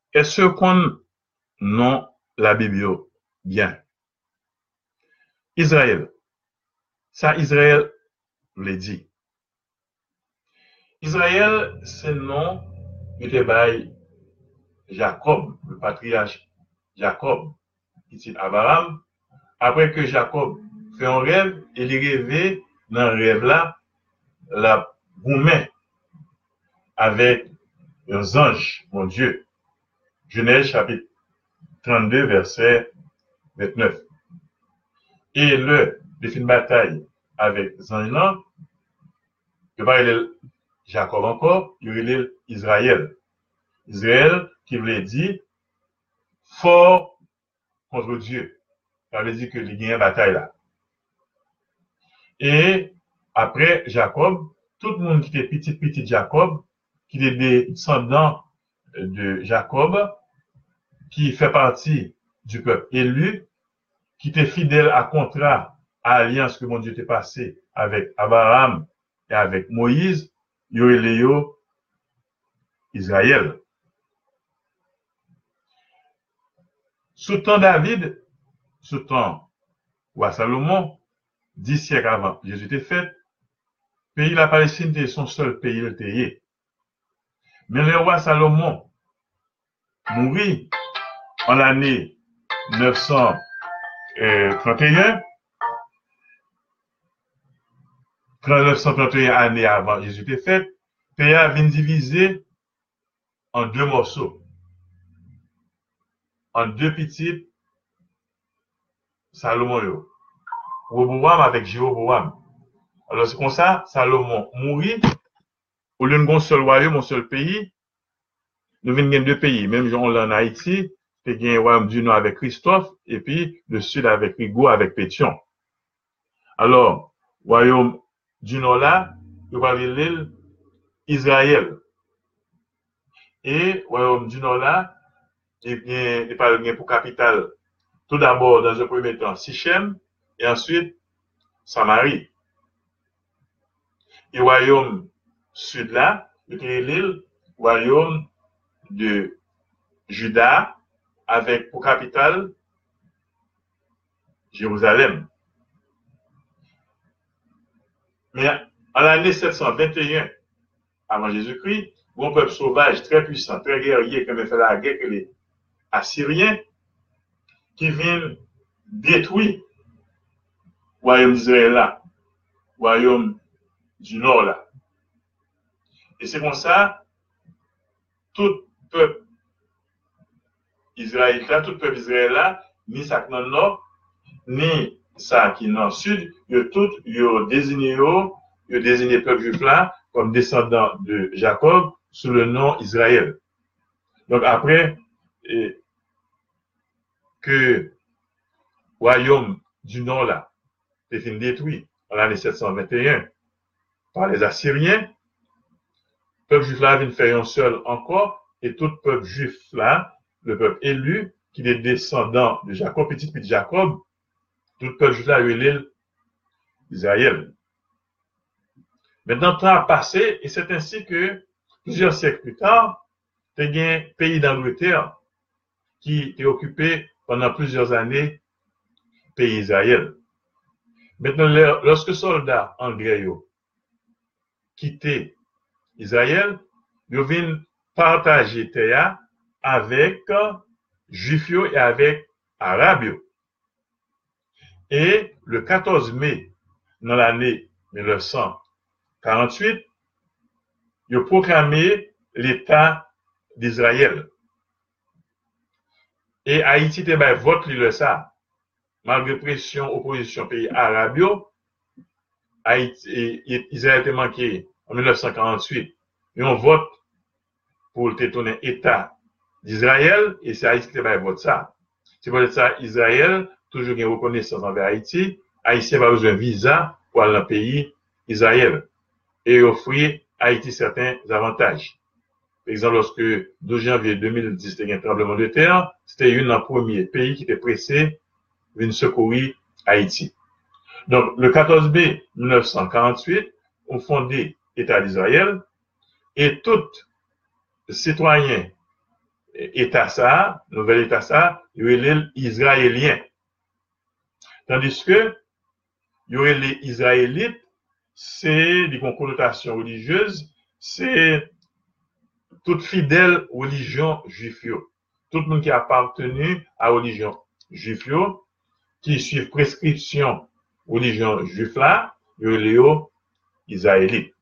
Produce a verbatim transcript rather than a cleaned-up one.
Est-ce qu'on non la Bible bien? Israël. Ça, Israël le dit. Israël, c'est le nom qui était by Jacob, le patriarche Jacob, qui dit Abraham. Après que Jacob fait un rêve, il est rêvé dans le rêve là, la gourmet avec un ange, mon Dieu. Genèse chapitre trente-deux, verset vingt-neuf. Et le défi de bataille avec Zanina, il va aller Jacob encore, il va aller Israël. Israël qui voulait dire fort contre Dieu. Ça veut dire que il y a une bataille là. Et après Jacob, tout le monde qui était petit, petit Jacob, qui est descendant de Jacob, qui fait partie du peuple élu, qui était fidèle à contrat, à alliance que mon Dieu était passé avec Abraham et avec Moïse, yo et Léo, Israël. Sous temps David, sous temps roi Salomon, dix siècles avant Jésus était fait, pays la Palestine était son seul pays le pays. Mais le roi Salomon mourit en l'année neuf cent trente et un, neuf cent trente et un années avant Jésus était fait, le pays a été divisé en deux morceaux, en deux petits Salomon yo. Roboam avec Jéroboam. Alors c'est comme ça, Salomon mourit, au lieu d'un seul royaume, un seul pays, nous venons deux pays, même genre en Haïti, il y a un royaume du nord avec Christophe, et puis le sud avec Rigaud, avec Pétion. Alors, royaume du nord là, il va l'île Israël. Et royaume du nord là, il parle pour capitale, tout d'abord, dans un premier temps, Sichem, et ensuite, Samarie. Et royaume sud là, il y a l'île, royaume de Juda, avec pour capitale Jérusalem. Mais en l'année sept cent vingt et un avant Jésus-Christ, un peuple sauvage, très puissant, très guerrier, qui avait fait la guerre que les Assyriens, qui viennent détruire le royaume d'Israël là, le royaume du nord là. Et c'est comme ça, tout peuple israélita, tout peuple israélien, ni ça qui est dans le nord, ni ça qui est dans le sud, ils tout, ils désigné, ils désigné le peuple juif là comme descendant de Jacob sous le nom Israël. Donc après et, que le royaume du nord là est fini détruit en l'année sept cent vingt et un par les Assyriens, le peuple juif là vient faire un seul encore, et tout le peuple juif là, le peuple élu, qui est descendant de Jacob, petit petit Jacob, tout le peuple juif là, il est l'île d'Israël. Maintenant, le temps a passé, et c'est ainsi que, plusieurs siècles plus tard, il y a un pays d'Angleterre qui est occupé pendant plusieurs années, pays Israël. Maintenant, lorsque les soldats anglais quittaient Israël, ils viennent partager terre avec Juifs et avec Arabes. Et le quatorze mai, dans l'année mille neuf cent quarante-huit, ils ont proclamé l'État d'Israël. Et Haïti était bien vote le ça. Malgré pression, opposition pays arabes, Haïti, Israël était manqué en mille neuf cent quarante-huit. Et on vote pour le détourner État d'Israël, et c'est Haïti qui va voter ça. C'est pour ça Israël, toujours une reconnaissance envers Haïti. Haïti va besoin de visa pour aller dans le pays Israël et offrir à Haïti certains avantages. Par exemple, lorsque douze janvier deux mille dix, il y a eu un tremblement de terre, c'était une des premiers pays qui était pressé de venir secourir Haïti. Donc, le quatorze mai mille neuf cent quarante-huit, on fondé l'État d'Israël et tout citoyen État ça, nouvel État ça, il y aurait les Israéliens. Tandis que, il y aurait les Israélites, c'est des connotations religieuses, c'est toute fidèle religion juive. Tout le monde qui a appartenu à la religion juive, qui suit prescription religion juive là, il y aurait les Israélites.